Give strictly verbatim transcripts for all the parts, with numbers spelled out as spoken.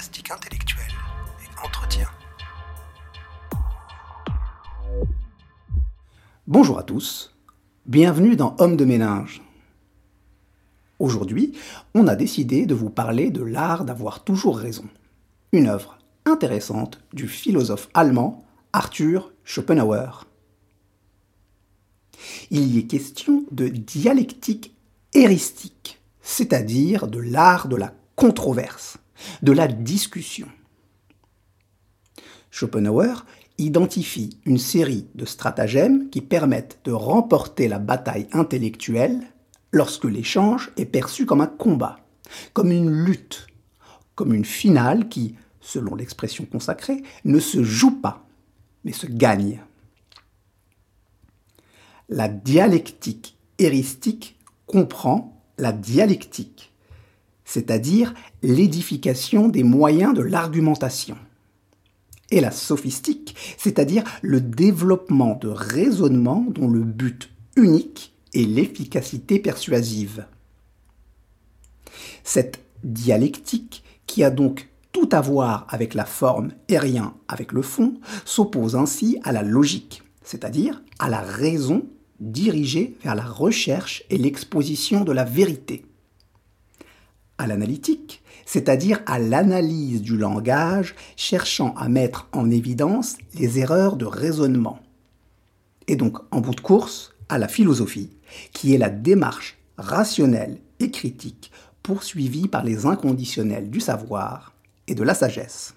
gymnastique intellectuelle et entretien. Bonjour à tous, bienvenue dans Homme de ménage. Aujourd'hui, on a décidé de vous parler de l'art d'avoir toujours raison, une œuvre intéressante du philosophe allemand Arthur Schopenhauer. Il y est question de dialectique éristique, c'est-à-dire de l'art de la controverse, de la discussion. Schopenhauer identifie une série de stratagèmes qui permettent de remporter la bataille intellectuelle lorsque l'échange est perçu comme un combat, comme une lutte, comme une finale qui, selon l'expression consacrée, ne se joue pas, mais se gagne. La dialectique éristique comprend la dialectique, c'est-à-dire l'édification des moyens de l'argumentation, et la sophistique, c'est-à-dire le développement de raisonnements dont le but unique est l'efficacité persuasive. Cette dialectique, qui a donc tout à voir avec la forme et rien avec le fond, s'oppose ainsi à la logique, c'est-à-dire à la raison dirigée vers la recherche et l'exposition de la vérité, à l'analytique, c'est-à-dire à l'analyse du langage cherchant à mettre en évidence les erreurs de raisonnement, et donc en bout de course à la philosophie, qui est la démarche rationnelle et critique poursuivie par les inconditionnels du savoir et de la sagesse.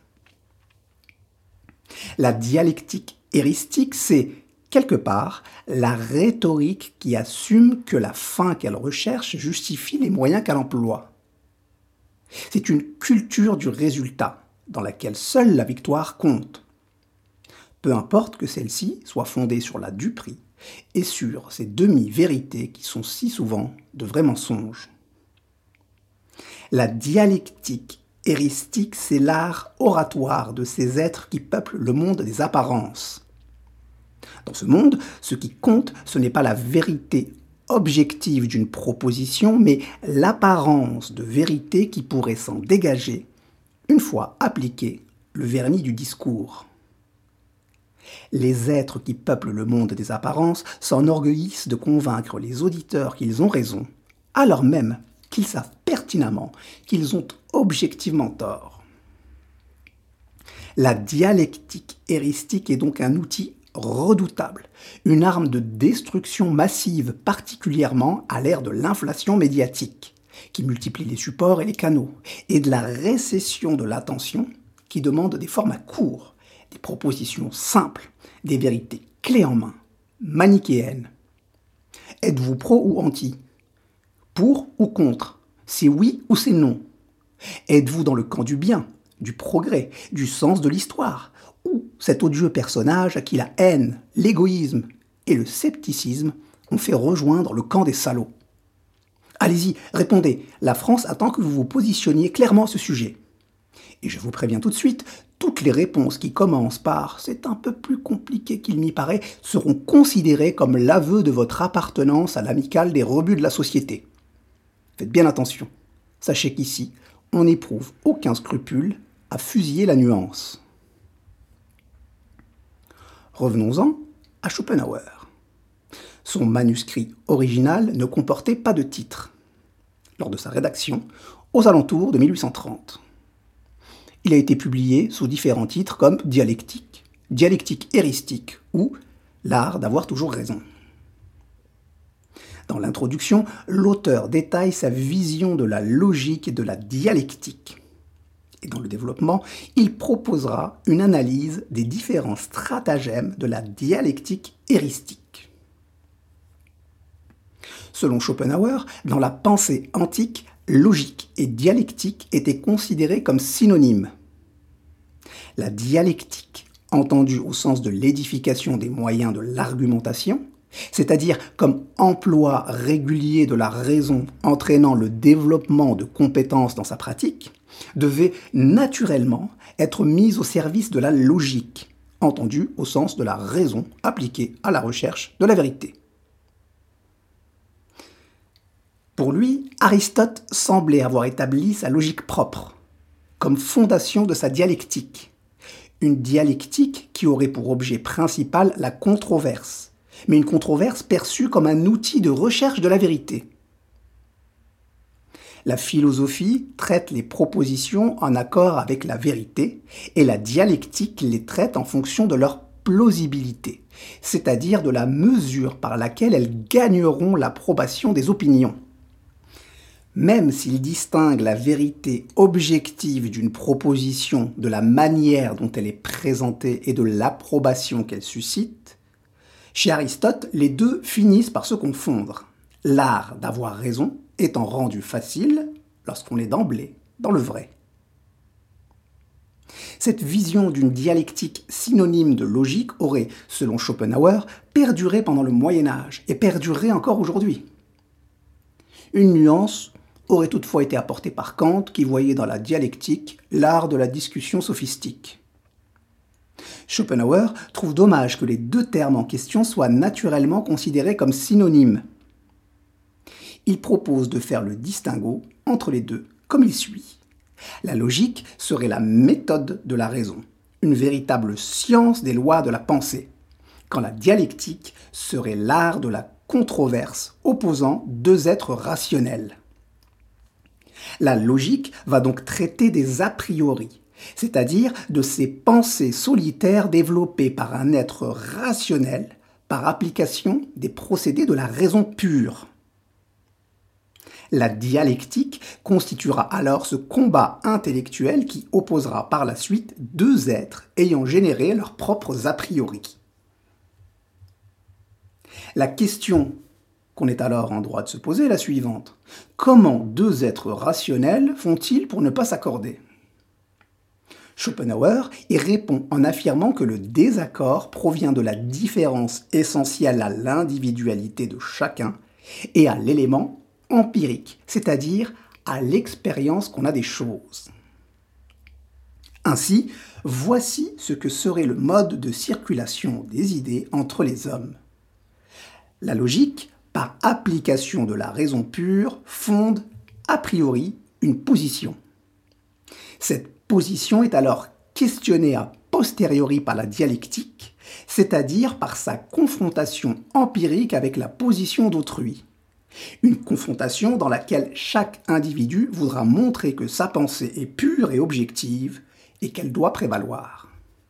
La dialectique éristique, c'est quelque part la rhétorique qui assume que la fin qu'elle recherche justifie les moyens qu'elle emploie. C'est une culture du résultat, dans laquelle seule la victoire compte. Peu importe que celle-ci soit fondée sur la duperie et sur ces demi-vérités qui sont si souvent de vrais mensonges. La dialectique éristique, c'est l'art oratoire de ces êtres qui peuplent le monde des apparences. Dans ce monde, ce qui compte, ce n'est pas la vérité objective d'une proposition, mais l'apparence de vérité qui pourrait s'en dégager une fois appliqué le vernis du discours. Les êtres qui peuplent le monde des apparences s'enorgueillissent de convaincre les auditeurs qu'ils ont raison, alors même qu'ils savent pertinemment qu'ils ont objectivement tort. La dialectique éristique est donc un outil redoutable, une arme de destruction massive, particulièrement à l'ère de l'inflation médiatique, qui multiplie les supports et les canaux, et de la récession de l'attention, qui demande des formats courts, des propositions simples, des vérités clés en main, manichéennes. Êtes-vous pro ou anti ? Pour ou contre ? C'est oui ou c'est non ? Êtes-vous dans le camp du bien, du progrès, du sens de l'histoire ? Ou cet odieux personnage à qui la haine, l'égoïsme et le scepticisme ont fait rejoindre le camp des salauds? Allez-y, répondez, la France attend que vous vous positionniez clairement à ce sujet. Et je vous préviens tout de suite, toutes les réponses qui commencent par « c'est un peu plus compliqué qu'il m'y paraît » seront considérées comme l'aveu de votre appartenance à l'amicale des rebuts de la société. Faites bien attention, sachez qu'ici, on n'éprouve aucun scrupule à fusiller la nuance. Revenons-en à Schopenhauer. Son manuscrit original ne comportait pas de titre, lors de sa rédaction, aux alentours de mille huit cent trente. Il a été publié sous différents titres comme Dialectique, Dialectique éristique ou L'art d'avoir toujours raison. Dans l'introduction, l'auteur détaille sa vision de la logique et de la dialectique. Et dans le développement, il proposera une analyse des différents stratagèmes de la dialectique éristique. Selon Schopenhauer, dans la pensée antique, logique et dialectique étaient considérées comme synonymes. La dialectique, entendue au sens de l'édification des moyens de l'argumentation, c'est-à-dire comme emploi régulier de la raison entraînant le développement de compétences dans sa pratique, devait naturellement être mise au service de la logique, entendue au sens de la raison appliquée à la recherche de la vérité. Pour lui, Aristote semblait avoir établi sa logique propre, comme fondation de sa dialectique. Une dialectique qui aurait pour objet principal la controverse, mais une controverse perçue comme un outil de recherche de la vérité. La philosophie traite les propositions en accord avec la vérité et la dialectique les traite en fonction de leur plausibilité, c'est-à-dire de la mesure par laquelle elles gagneront l'approbation des opinions. Même s'il distingue la vérité objective d'une proposition de la manière dont elle est présentée et de l'approbation qu'elle suscite, chez Aristote, les deux finissent par se confondre. L'art d'avoir raison étant rendu facile lorsqu'on est d'emblée dans le vrai. Cette vision d'une dialectique synonyme de logique aurait, selon Schopenhauer, perduré pendant le Moyen Âge et perdurerait encore aujourd'hui. Une nuance aurait toutefois été apportée par Kant qui voyait dans la dialectique l'art de la discussion sophistique. Schopenhauer trouve dommage que les deux termes en question soient naturellement considérés comme synonymes. Il propose de faire le distinguo entre les deux comme il suit. La logique serait la méthode de la raison, une véritable science des lois de la pensée, quand la dialectique serait l'art de la controverse opposant deux êtres rationnels. La logique va donc traiter des a priori, c'est-à-dire de ces pensées solitaires développées par un être rationnel par application des procédés de la raison pure. La dialectique constituera alors ce combat intellectuel qui opposera par la suite deux êtres ayant généré leurs propres a priori. La question qu'on est alors en droit de se poser est la suivante. Comment deux êtres rationnels font-ils pour ne pas s'accorder ? Schopenhauer y répond en affirmant que le désaccord provient de la différence essentielle à l'individualité de chacun et à l'élément empirique, c'est-à-dire à l'expérience qu'on a des choses. Ainsi, voici ce que serait le mode de circulation des idées entre les hommes. La logique, par application de la raison pure, fonde a priori une position. Cette position est alors questionnée a posteriori par la dialectique, c'est-à-dire par sa confrontation empirique avec la position d'autrui. Une confrontation dans laquelle chaque individu voudra montrer que sa pensée est pure et objective et qu'elle doit prévaloir.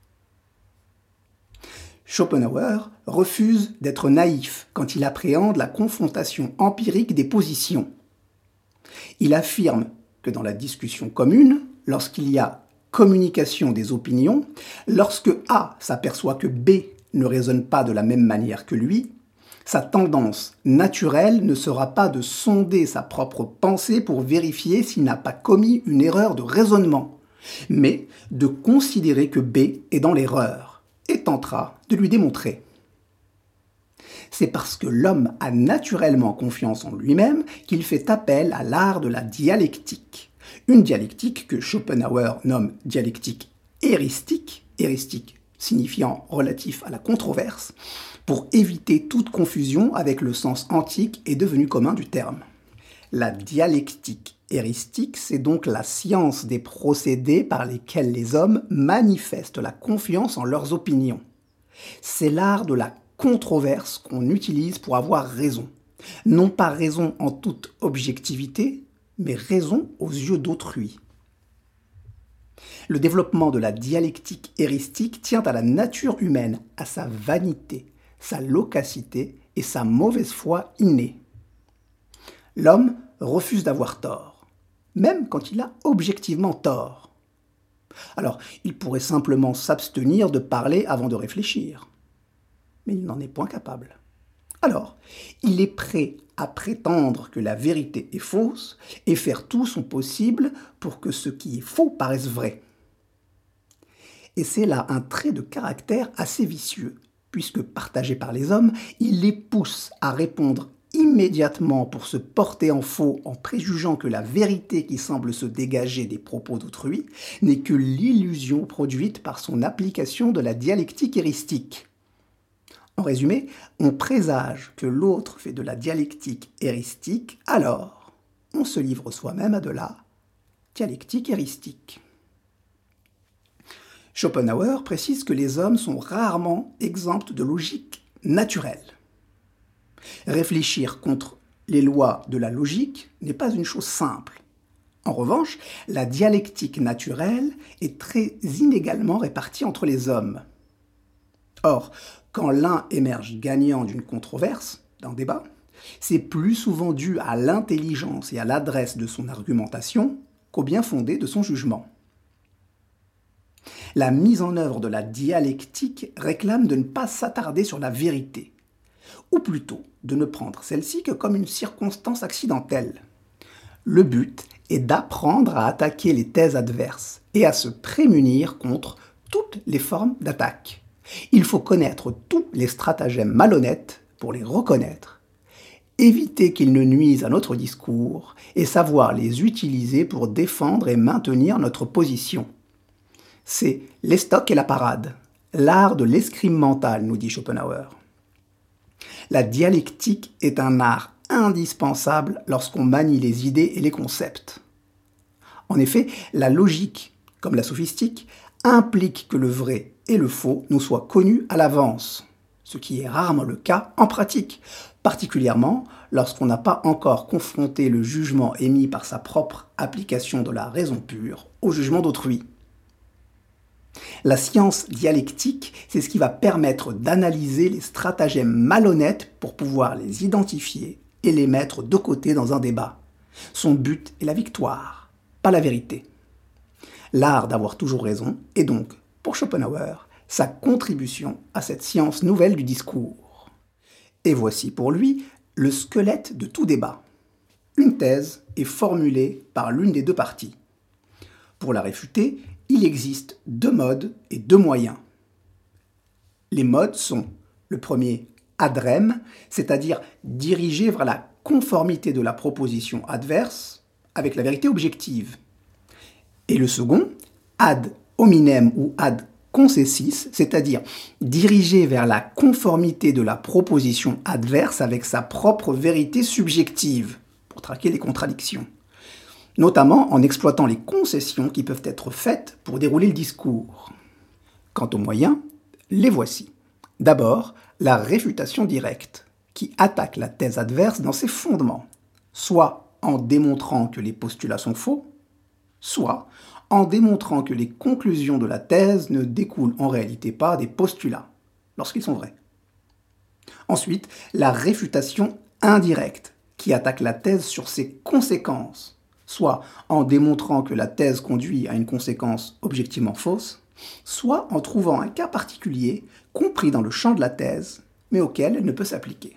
Schopenhauer refuse d'être naïf quand il appréhende la confrontation empirique des positions. Il affirme que dans la discussion commune, lorsqu'il y a communication des opinions, lorsque A s'aperçoit que B ne raisonne pas de la même manière que lui, sa tendance naturelle ne sera pas de sonder sa propre pensée pour vérifier s'il n'a pas commis une erreur de raisonnement, mais de considérer que B est dans l'erreur et tentera de lui démontrer. C'est parce que l'homme a naturellement confiance en lui-même qu'il fait appel à l'art de la dialectique. Une dialectique que Schopenhauer nomme dialectique éristique, éristique signifiant relatif à la controverse, pour éviter toute confusion avec le sens antique et devenu commun du terme. La dialectique éristique, c'est donc la science des procédés par lesquels les hommes manifestent la confiance en leurs opinions. C'est l'art de la controverse qu'on utilise pour avoir raison. Non pas raison en toute objectivité, mais raison aux yeux d'autrui. Le développement de la dialectique éristique tient à la nature humaine, à sa vanité, sa loquacité et sa mauvaise foi innée. L'homme refuse d'avoir tort, même quand il a objectivement tort. Alors, il pourrait simplement s'abstenir de parler avant de réfléchir, mais il n'en est point capable. Alors, il est prêt à prétendre que la vérité est fausse et faire tout son possible pour que ce qui est faux paraisse vrai. Et c'est là un trait de caractère assez vicieux, puisque partagé par les hommes, il les pousse à répondre immédiatement pour se porter en faux en préjugeant que la vérité qui semble se dégager des propos d'autrui n'est que l'illusion produite par son application de la dialectique éristique. En résumé, on présage que l'autre fait de la dialectique éristique, alors on se livre soi-même à de la dialectique éristique. Schopenhauer précise que les hommes sont rarement exempts de logique naturelle. Réfléchir contre les lois de la logique n'est pas une chose simple. En revanche, la dialectique naturelle est très inégalement répartie entre les hommes. Or, quand l'un émerge gagnant d'une controverse, d'un débat, c'est plus souvent dû à l'intelligence et à l'adresse de son argumentation qu'au bien fondé de son jugement. La mise en œuvre de la dialectique réclame de ne pas s'attarder sur la vérité, ou plutôt de ne prendre celle-ci que comme une circonstance accidentelle. Le but est d'apprendre à attaquer les thèses adverses et à se prémunir contre toutes les formes d'attaque. Il faut connaître tous les stratagèmes malhonnêtes pour les reconnaître, éviter qu'ils ne nuisent à notre discours et savoir les utiliser pour défendre et maintenir notre position. C'est l'estoc et la parade, l'art de l'escrime mentale, nous dit Schopenhauer. La dialectique est un art indispensable lorsqu'on manie les idées et les concepts. En effet, la logique, comme la sophistique, implique que le vrai et le faux nous soient connus à l'avance, ce qui est rarement le cas en pratique, particulièrement lorsqu'on n'a pas encore confronté le jugement émis par sa propre application de la raison pure au jugement d'autrui. La science dialectique, c'est ce qui va permettre d'analyser les stratagèmes malhonnêtes pour pouvoir les identifier et les mettre de côté dans un débat. Son but est la victoire, pas la vérité. L'art d'avoir toujours raison est donc, pour Schopenhauer, sa contribution à cette science nouvelle du discours. Et voici pour lui le squelette de tout débat. Une thèse est formulée par l'une des deux parties. Pour la réfuter, il existe deux modes et deux moyens. Les modes sont le premier ad rem, c'est-à-dire dirigé vers la conformité de la proposition adverse avec la vérité objective. Et le second, ad hominem ou ad concessis, c'est-à-dire dirigé vers la conformité de la proposition adverse avec sa propre vérité subjective, pour traquer les contradictions, notamment en exploitant les concessions qui peuvent être faites pour dérouler le discours. Quant aux moyens, les voici. D'abord, la réfutation directe, qui attaque la thèse adverse dans ses fondements, soit en démontrant que les postulats sont faux, soit en démontrant que les conclusions de la thèse ne découlent en réalité pas des postulats, lorsqu'ils sont vrais. Ensuite, la réfutation indirecte, qui attaque la thèse sur ses conséquences, soit en démontrant que la thèse conduit à une conséquence objectivement fausse, soit en trouvant un cas particulier compris dans le champ de la thèse, mais auquel elle ne peut s'appliquer.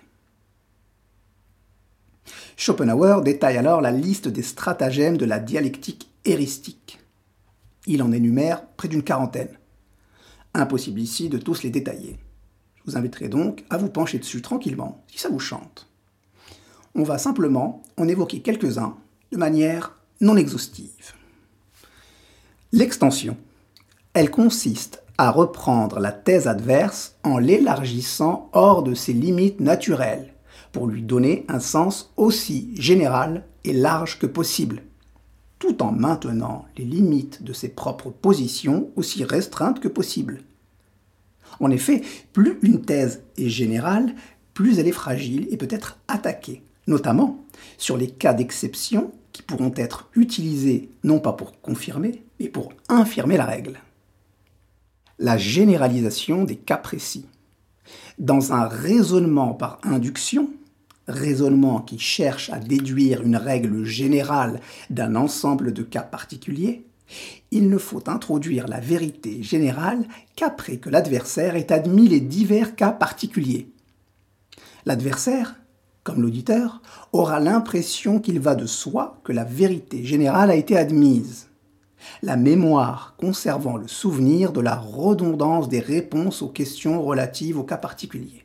Schopenhauer détaille alors la liste des stratagèmes de la dialectique héristique. Il en énumère près d'une quarantaine. Impossible ici de tous les détailler. Je vous inviterai donc à vous pencher dessus tranquillement, si ça vous chante. On va simplement en évoquer quelques-uns de manière non exhaustive. L'extension, elle consiste à reprendre la thèse adverse en l'élargissant hors de ses limites naturelles, pour lui donner un sens aussi général et large que possible, tout en maintenant les limites de ses propres positions aussi restreintes que possible. En effet, plus une thèse est générale, plus elle est fragile et peut être attaquée, notamment sur les cas d'exception qui pourront être utilisés non pas pour confirmer, mais pour infirmer la règle. La généralisation des cas précis. Dans un raisonnement par induction, raisonnement qui cherche à déduire une règle générale d'un ensemble de cas particuliers, il ne faut introduire la vérité générale qu'après que l'adversaire ait admis les divers cas particuliers. L'adversaire, comme l'auditeur, aura l'impression qu'il va de soi que la vérité générale a été admise, la mémoire conservant le souvenir de la redondance des réponses aux questions relatives aux cas particuliers.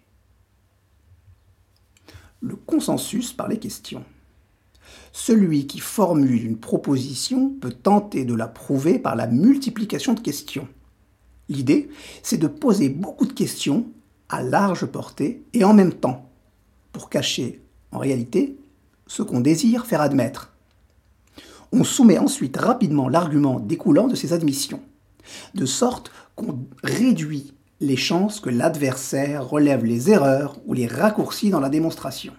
Le consensus par les questions. Celui qui formule une proposition peut tenter de la prouver par la multiplication de questions. L'idée, c'est de poser beaucoup de questions à large portée et en même temps, pour cacher, en réalité, ce qu'on désire faire admettre. On soumet ensuite rapidement l'argument découlant de ces admissions, de sorte qu'on réduit les chances que l'adversaire relève les erreurs ou les raccourcis dans la démonstration.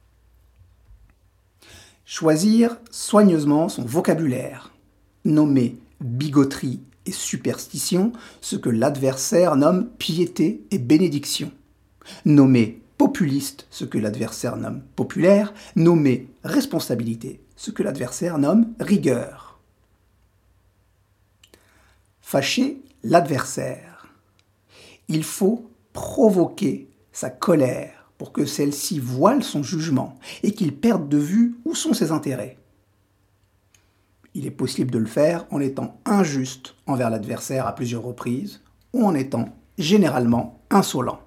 Choisir soigneusement son vocabulaire. Nommer bigoterie et superstition ce que l'adversaire nomme piété et bénédiction. Nommer populiste ce que l'adversaire nomme populaire. Nommer responsabilité ce que l'adversaire nomme rigueur. Fâcher l'adversaire. Il faut provoquer sa colère pour que celle-ci voile son jugement et qu'il perde de vue où sont ses intérêts. Il est possible de le faire en étant injuste envers l'adversaire à plusieurs reprises ou en étant généralement insolent.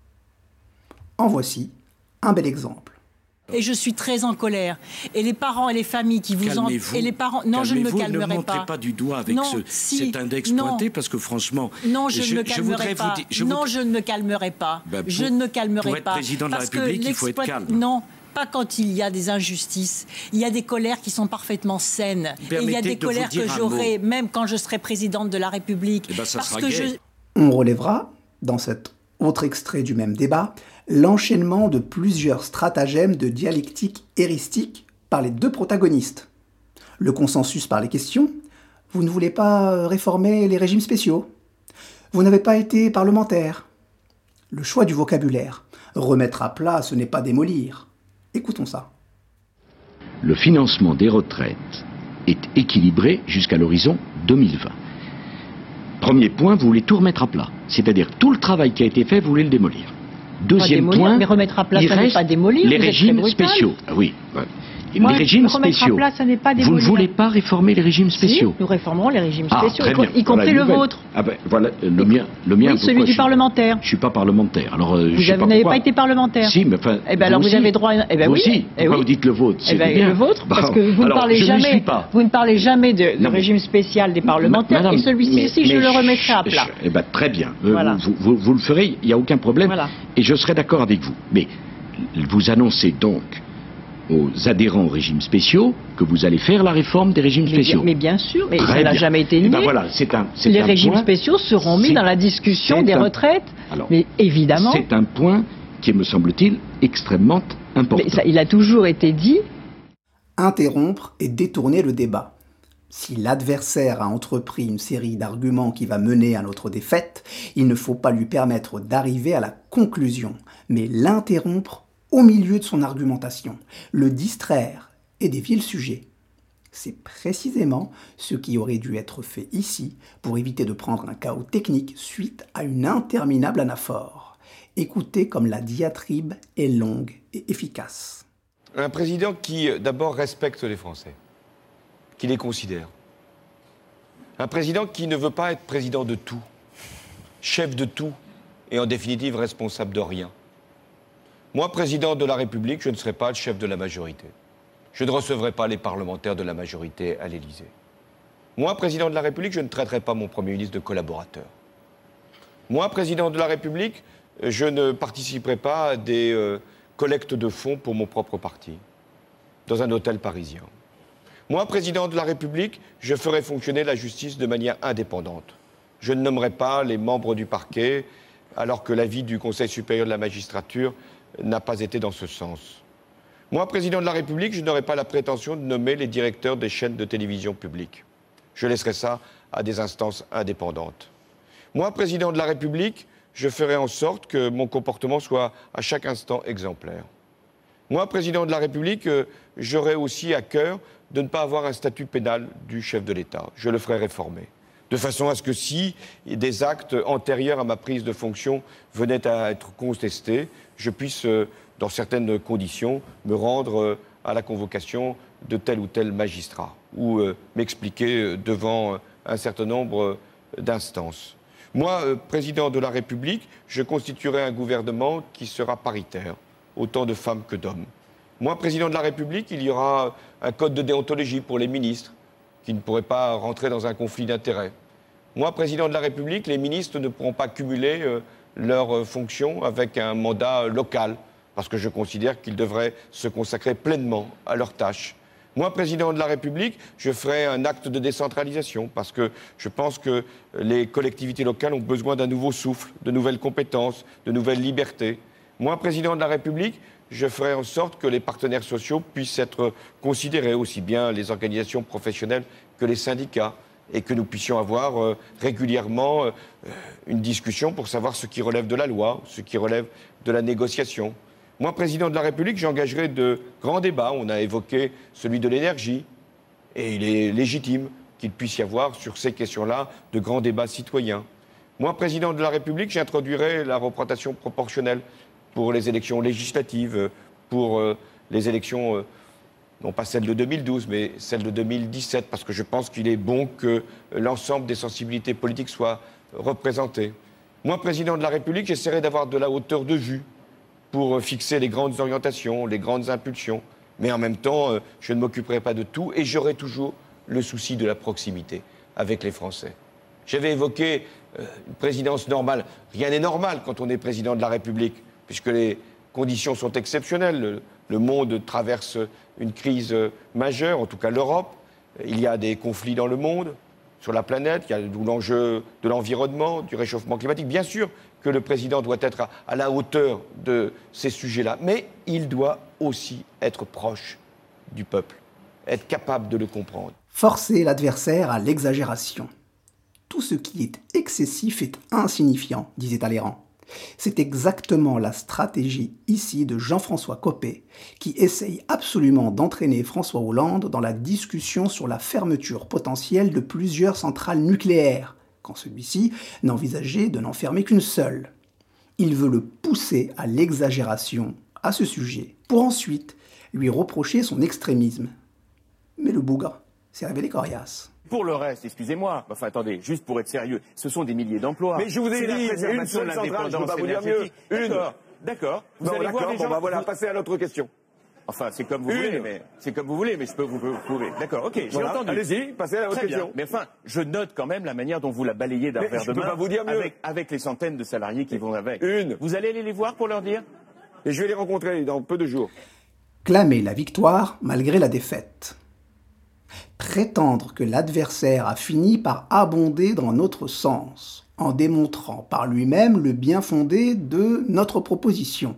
En voici un bel exemple. Et je suis très en colère. Et les parents et les familles qui vous en... Calmez-vous. Et les parents... Non, je ne me calmerai ne pas. Ne montrez pas du doigt avec non, ce, si, cet index non. pointé, parce que franchement... Non, je, je ne me calmerai je pas. Vous, je non, vous... je ne me calmerai pas. Ben pour, je ne me calmerai pour être pas. président de la parce République, que il faut être calme. Non, pas quand il y a des injustices. Il y a des colères qui sont parfaitement saines. Et il y a des colères que j'aurai, même quand je serai présidente de la République. Eh ben, ça parce sera que gai. Je... On relèvera, dans cet autre extrait du même débat, l'enchaînement de plusieurs stratagèmes de dialectique éristique par les deux protagonistes. Le consensus par les questions. Vous ne voulez pas réformer les régimes spéciaux. Vous n'avez pas été parlementaire. Le choix du vocabulaire. Remettre à plat, ce n'est pas démolir. Écoutons ça. Le financement des retraites est équilibré jusqu'à l'horizon deux mille vingt. Premier point, vous voulez tout remettre à plat. C'est-à-dire tout le travail qui a été fait, vous voulez le démolir. Deuxième démolir, point, mais remettre à plat, il ça n'est reste pas démolir, les vous êtes régimes très brutal. spéciaux. Ah oui, ouais. Moi, les régimes remettre spéciaux. à plat, ça n'est pas Vous ne démolir. voulez pas réformer les régimes spéciaux? Si, nous réformerons les régimes Ah, spéciaux, très y, co- bien. y compris Voilà, le nouvelle. vôtre. Ah ben, voilà, le mien, le mien. Oui, celui pourquoi du je- parlementaire. Je suis pas parlementaire. Alors, euh, Vous je sais avez- pas n'avez pourquoi. pas été parlementaire. Si, mais enfin. Eh ben alors vous aussi. avez droit. À... Eh ben vous oui. aussi. Eh Pourquoi oui. vous dites le vôtre? Eh C'est ben, bien. le vôtre, parce Bon. que vous ne Alors, parlez je n'y jamais. suis pas. Vous ne parlez jamais de, de Non, mais- régime spécial des parlementaires. Madame, et celui-ci, mais- si je mais le remettrai à je- plat. je- Eh ben, très bien. Euh, Voilà. vous, vous- vous le ferez, il n'y a aucun problème. Voilà. Et je serai d'accord avec vous. Mais vous annoncez donc aux adhérents aux régimes spéciaux que vous allez faire la réforme des régimes Mais spéciaux. bien, mais bien sûr, mais Très ça n'a bien. jamais été Eh nié. ben voilà, c'est un, c'est Les un régimes point- spéciaux seront mis c'est- dans la discussion c'est des un- retraites. Alors, Mais évidemment. c'est un point qui est, me semble-t-il, extrêmement important. Mais ça, il a toujours été dit. Interrompre et détourner le débat. Si l'adversaire a entrepris une série d'arguments qui va mener à notre défaite, il ne faut pas lui permettre d'arriver à la conclusion, mais l'interrompre au milieu de son argumentation, le distraire et dévier le sujet. C'est précisément ce qui aurait dû être fait ici pour éviter de prendre un chaos technique suite à une interminable anaphore. Écoutez comme la diatribe est longue et efficace. Un président qui, d'abord, respecte les Français, qui les considère. Un président qui ne veut pas être président de tout, chef de tout et en définitive responsable de rien. Moi, président de la République, je ne serai pas le chef de la majorité. Je ne recevrai pas les parlementaires de la majorité à l'Élysée. Moi, président de la République, je ne traiterai pas mon Premier ministre de collaborateur. Moi, président de la République, je ne participerai pas à des euh, collectes de fonds pour mon propre parti, dans un hôtel parisien. Moi, président de la République, je ferai fonctionner la justice de manière indépendante. Je ne nommerai pas les membres du parquet, alors que l'avis du Conseil supérieur de la magistrature n'a pas été dans ce sens. Moi, président de la République, je n'aurai pas la prétention de nommer les directeurs des chaînes de télévision publiques. Je laisserai ça à des instances indépendantes. Moi, président de la République, je ferai en sorte que mon comportement soit à chaque instant exemplaire. Moi, président de la République, euh, j'aurai aussi à cœur de ne pas avoir un statut pénal du chef de l'État. Je le ferai réformer. De façon à ce que si des actes antérieurs à ma prise de fonction venaient à être contestés, je puisse, euh, dans certaines conditions, me rendre euh, à la convocation de tel ou tel magistrat ou euh, m'expliquer devant euh, un certain nombre euh, d'instances. Moi, euh, président de la République, je constituerai un gouvernement qui sera paritaire, autant de femmes que d'hommes. Moi, président de la République, il y aura un code de déontologie pour les ministres, qui ne pourraient pas rentrer dans un conflit d'intérêts. Moi, président de la République, les ministres ne pourront pas cumuler euh, leurs euh, fonctions avec un mandat euh, local, parce que je considère qu'ils devraient se consacrer pleinement à leurs tâches. Moi, président de la République, je ferai un acte de décentralisation parce que je pense que les collectivités locales ont besoin d'un nouveau souffle, de nouvelles compétences, de nouvelles libertés. Moi, président de la République, je ferai en sorte que les partenaires sociaux puissent être considérés, aussi bien les organisations professionnelles que les syndicats, et que nous puissions avoir euh, régulièrement euh, une discussion pour savoir ce qui relève de la loi, ce qui relève de la négociation. Moi, président de la République, j'engagerai de grands débats. On a évoqué celui de l'énergie, et il est légitime qu'il puisse y avoir sur ces questions-là de grands débats citoyens. Moi, président de la République, j'introduirai la représentation proportionnelle pour les élections législatives, pour euh, les élections, euh, non pas celles de deux mille douze, mais celles de deux mille dix-sept, parce que je pense qu'il est bon que l'ensemble des sensibilités politiques soient représentées. Moi, président de la République, j'essaierai d'avoir de la hauteur de vue pour fixer les grandes orientations, les grandes impulsions, mais en même temps, euh, je ne m'occuperai pas de tout et j'aurai toujours le souci de la proximité avec les Français. J'avais évoqué euh, une présidence normale. Rien n'est normal quand on est président de la République, puisque les conditions sont exceptionnelles. Le, le monde traverse une crise majeure, en tout cas l'Europe. Il y a des conflits dans le monde, sur la planète, il y a d'où l'enjeu de l'environnement, du réchauffement climatique. Bien sûr que le président doit être à, à la hauteur de ces sujets-là, mais il doit aussi être proche du peuple, être capable de le comprendre. Forcer l'adversaire à l'exagération. Tout ce qui est excessif est insignifiant, disait Talleyrand. C'est exactement la stratégie ici de Jean-François Copé, qui essaye absolument d'entraîner François Hollande dans la discussion sur la fermeture potentielle de plusieurs centrales nucléaires, quand celui-ci n'envisageait de n'en fermer qu'une seule. Il veut le pousser à l'exagération à ce sujet, pour ensuite lui reprocher son extrémisme. Mais le bougre s'est révélé coriace. Pour le reste, excusez-moi, enfin attendez, juste pour être sérieux, ce sont des milliers d'emplois. Mais je vous ai dit, une seule centrale, je ne peux pas vous dire mieux. Une. D'accord, d'accord. Vous non, allez d'accord, voir les bon, gens... bah voilà, vous... passez à l'autre question. Enfin, c'est comme vous une. voulez, mais c'est comme vous voulez, mais je peux vous prouver. D'accord, ok, j'ai voilà, entendu. Allez-y, passez à l'autre question. Bien. Mais enfin, je note quand même la manière dont vous la balayez d'un verre de main. Je peux pas vous dire mieux. Avec, avec les centaines de salariés qui vont avec. Une. Vous allez aller les voir pour leur dire? Et je vais les rencontrer dans peu de jours. Clamer la victoire malgré la défaite. Prétendre que l'adversaire a fini par abonder dans notre sens, en démontrant par lui-même le bien fondé de notre proposition.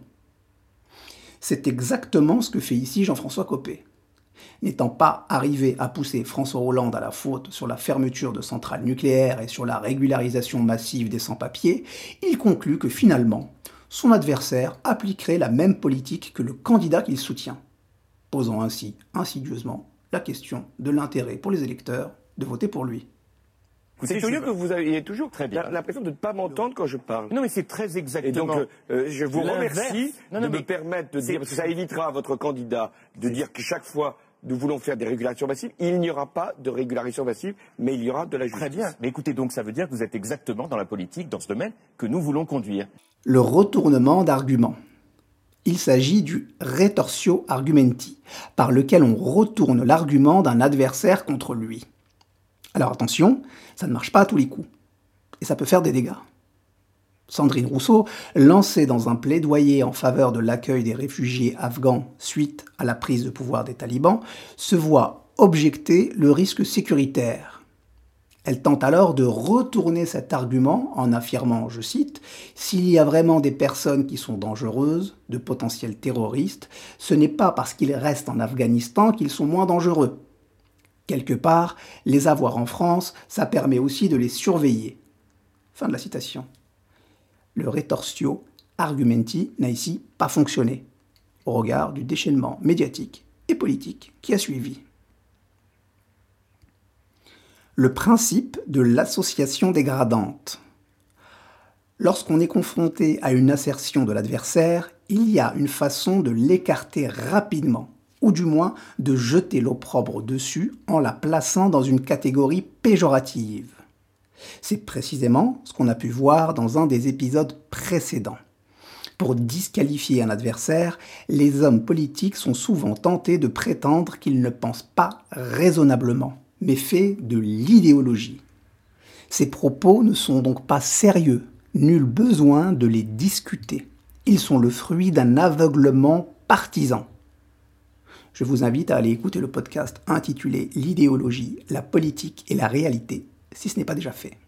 C'est exactement ce que fait ici Jean-François Copé. N'étant pas arrivé à pousser François Hollande à la faute sur la fermeture de centrales nucléaires et sur la régularisation massive des sans-papiers, il conclut que finalement, son adversaire appliquerait la même politique que le candidat qu'il soutient, posant ainsi insidieusement la question de l'intérêt pour les électeurs de voter pour lui. C'est curieux que vous ayez toujours l'impression de ne pas m'entendre quand je parle. Non, mais c'est très exactement. Et donc, euh, je vous remercie non, non, de me permettre de dire, parce que ça évitera à votre candidat de dire que chaque fois nous voulons faire des régulations massives. Il n'y aura pas de régulation massive, mais il y aura de la justice. Très bien. Mais écoutez, donc ça veut dire que vous êtes exactement dans la politique, dans ce domaine, que nous voulons conduire. Le retournement d'arguments. Il s'agit du retortio argumenti, par lequel on retourne l'argument d'un adversaire contre lui. Alors attention, ça ne marche pas à tous les coups, et ça peut faire des dégâts. Sandrine Rousseau, lancée dans un plaidoyer en faveur de l'accueil des réfugiés afghans suite à la prise de pouvoir des talibans, se voit objecter le risque sécuritaire. Elle tente alors de retourner cet argument en affirmant, je cite, « S'il y a vraiment des personnes qui sont dangereuses, de potentiels terroristes, ce n'est pas parce qu'ils restent en Afghanistan qu'ils sont moins dangereux. Quelque part, les avoir en France, ça permet aussi de les surveiller. » Fin de la citation. Le retortio argumenti n'a ici pas fonctionné, au regard du déchaînement médiatique et politique qui a suivi. Le principe de l'association dégradante. Lorsqu'on est confronté à une assertion de l'adversaire, il y a une façon de l'écarter rapidement, ou du moins de jeter l'opprobre dessus en la plaçant dans une catégorie péjorative. C'est précisément ce qu'on a pu voir dans un des épisodes précédents. Pour disqualifier un adversaire, les hommes politiques sont souvent tentés de prétendre qu'ils ne pensent pas raisonnablement, mais fait de l'idéologie. Ces propos ne sont donc pas sérieux, nul besoin de les discuter. Ils sont le fruit d'un aveuglement partisan. Je vous invite à aller écouter le podcast intitulé « L'idéologie, la politique et la réalité », si ce n'est pas déjà fait.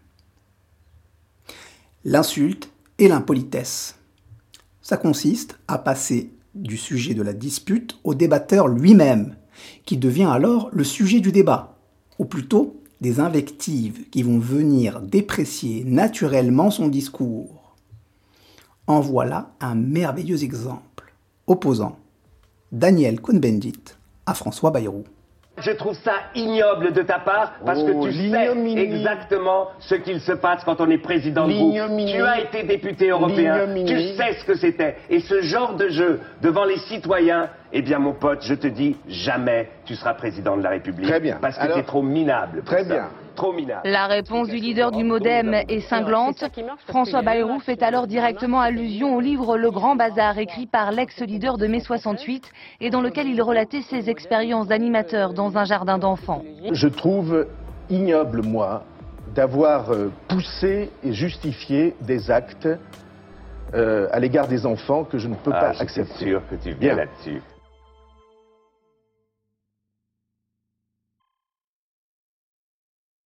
L'insulte et l'impolitesse. Ça consiste à passer du sujet de la dispute au débatteur lui-même, qui devient alors le sujet du débat, ou plutôt des invectives qui vont venir déprécier naturellement son discours. En voilà un merveilleux exemple, opposant Daniel Cohn-Bendit à François Bayrou. Je trouve ça ignoble de ta part parce oh, que tu sais exactement ce qu'il se passe quand on est président de groupe. Tu as été député européen, tu sais ce que c'était. Et ce genre de jeu devant les citoyens, eh bien mon pote, je te dis, jamais tu seras président de la République. Très bien. Parce que tu es trop minable. Très bien. Trop minable. La réponse du leader du MoDem est cinglante. François Bayrou fait alors directement allusion au livre Le Grand Bazar, écrit par l'ex-leader de mai soixante-huit et dans lequel il relatait ses expériences d'animateur dans un jardin d'enfants. Je trouve ignoble, moi, d'avoir poussé et justifié des actes euh, à l'égard des enfants que je ne peux ah, pas accepter. Je suis sûr que tu viens là-dessus.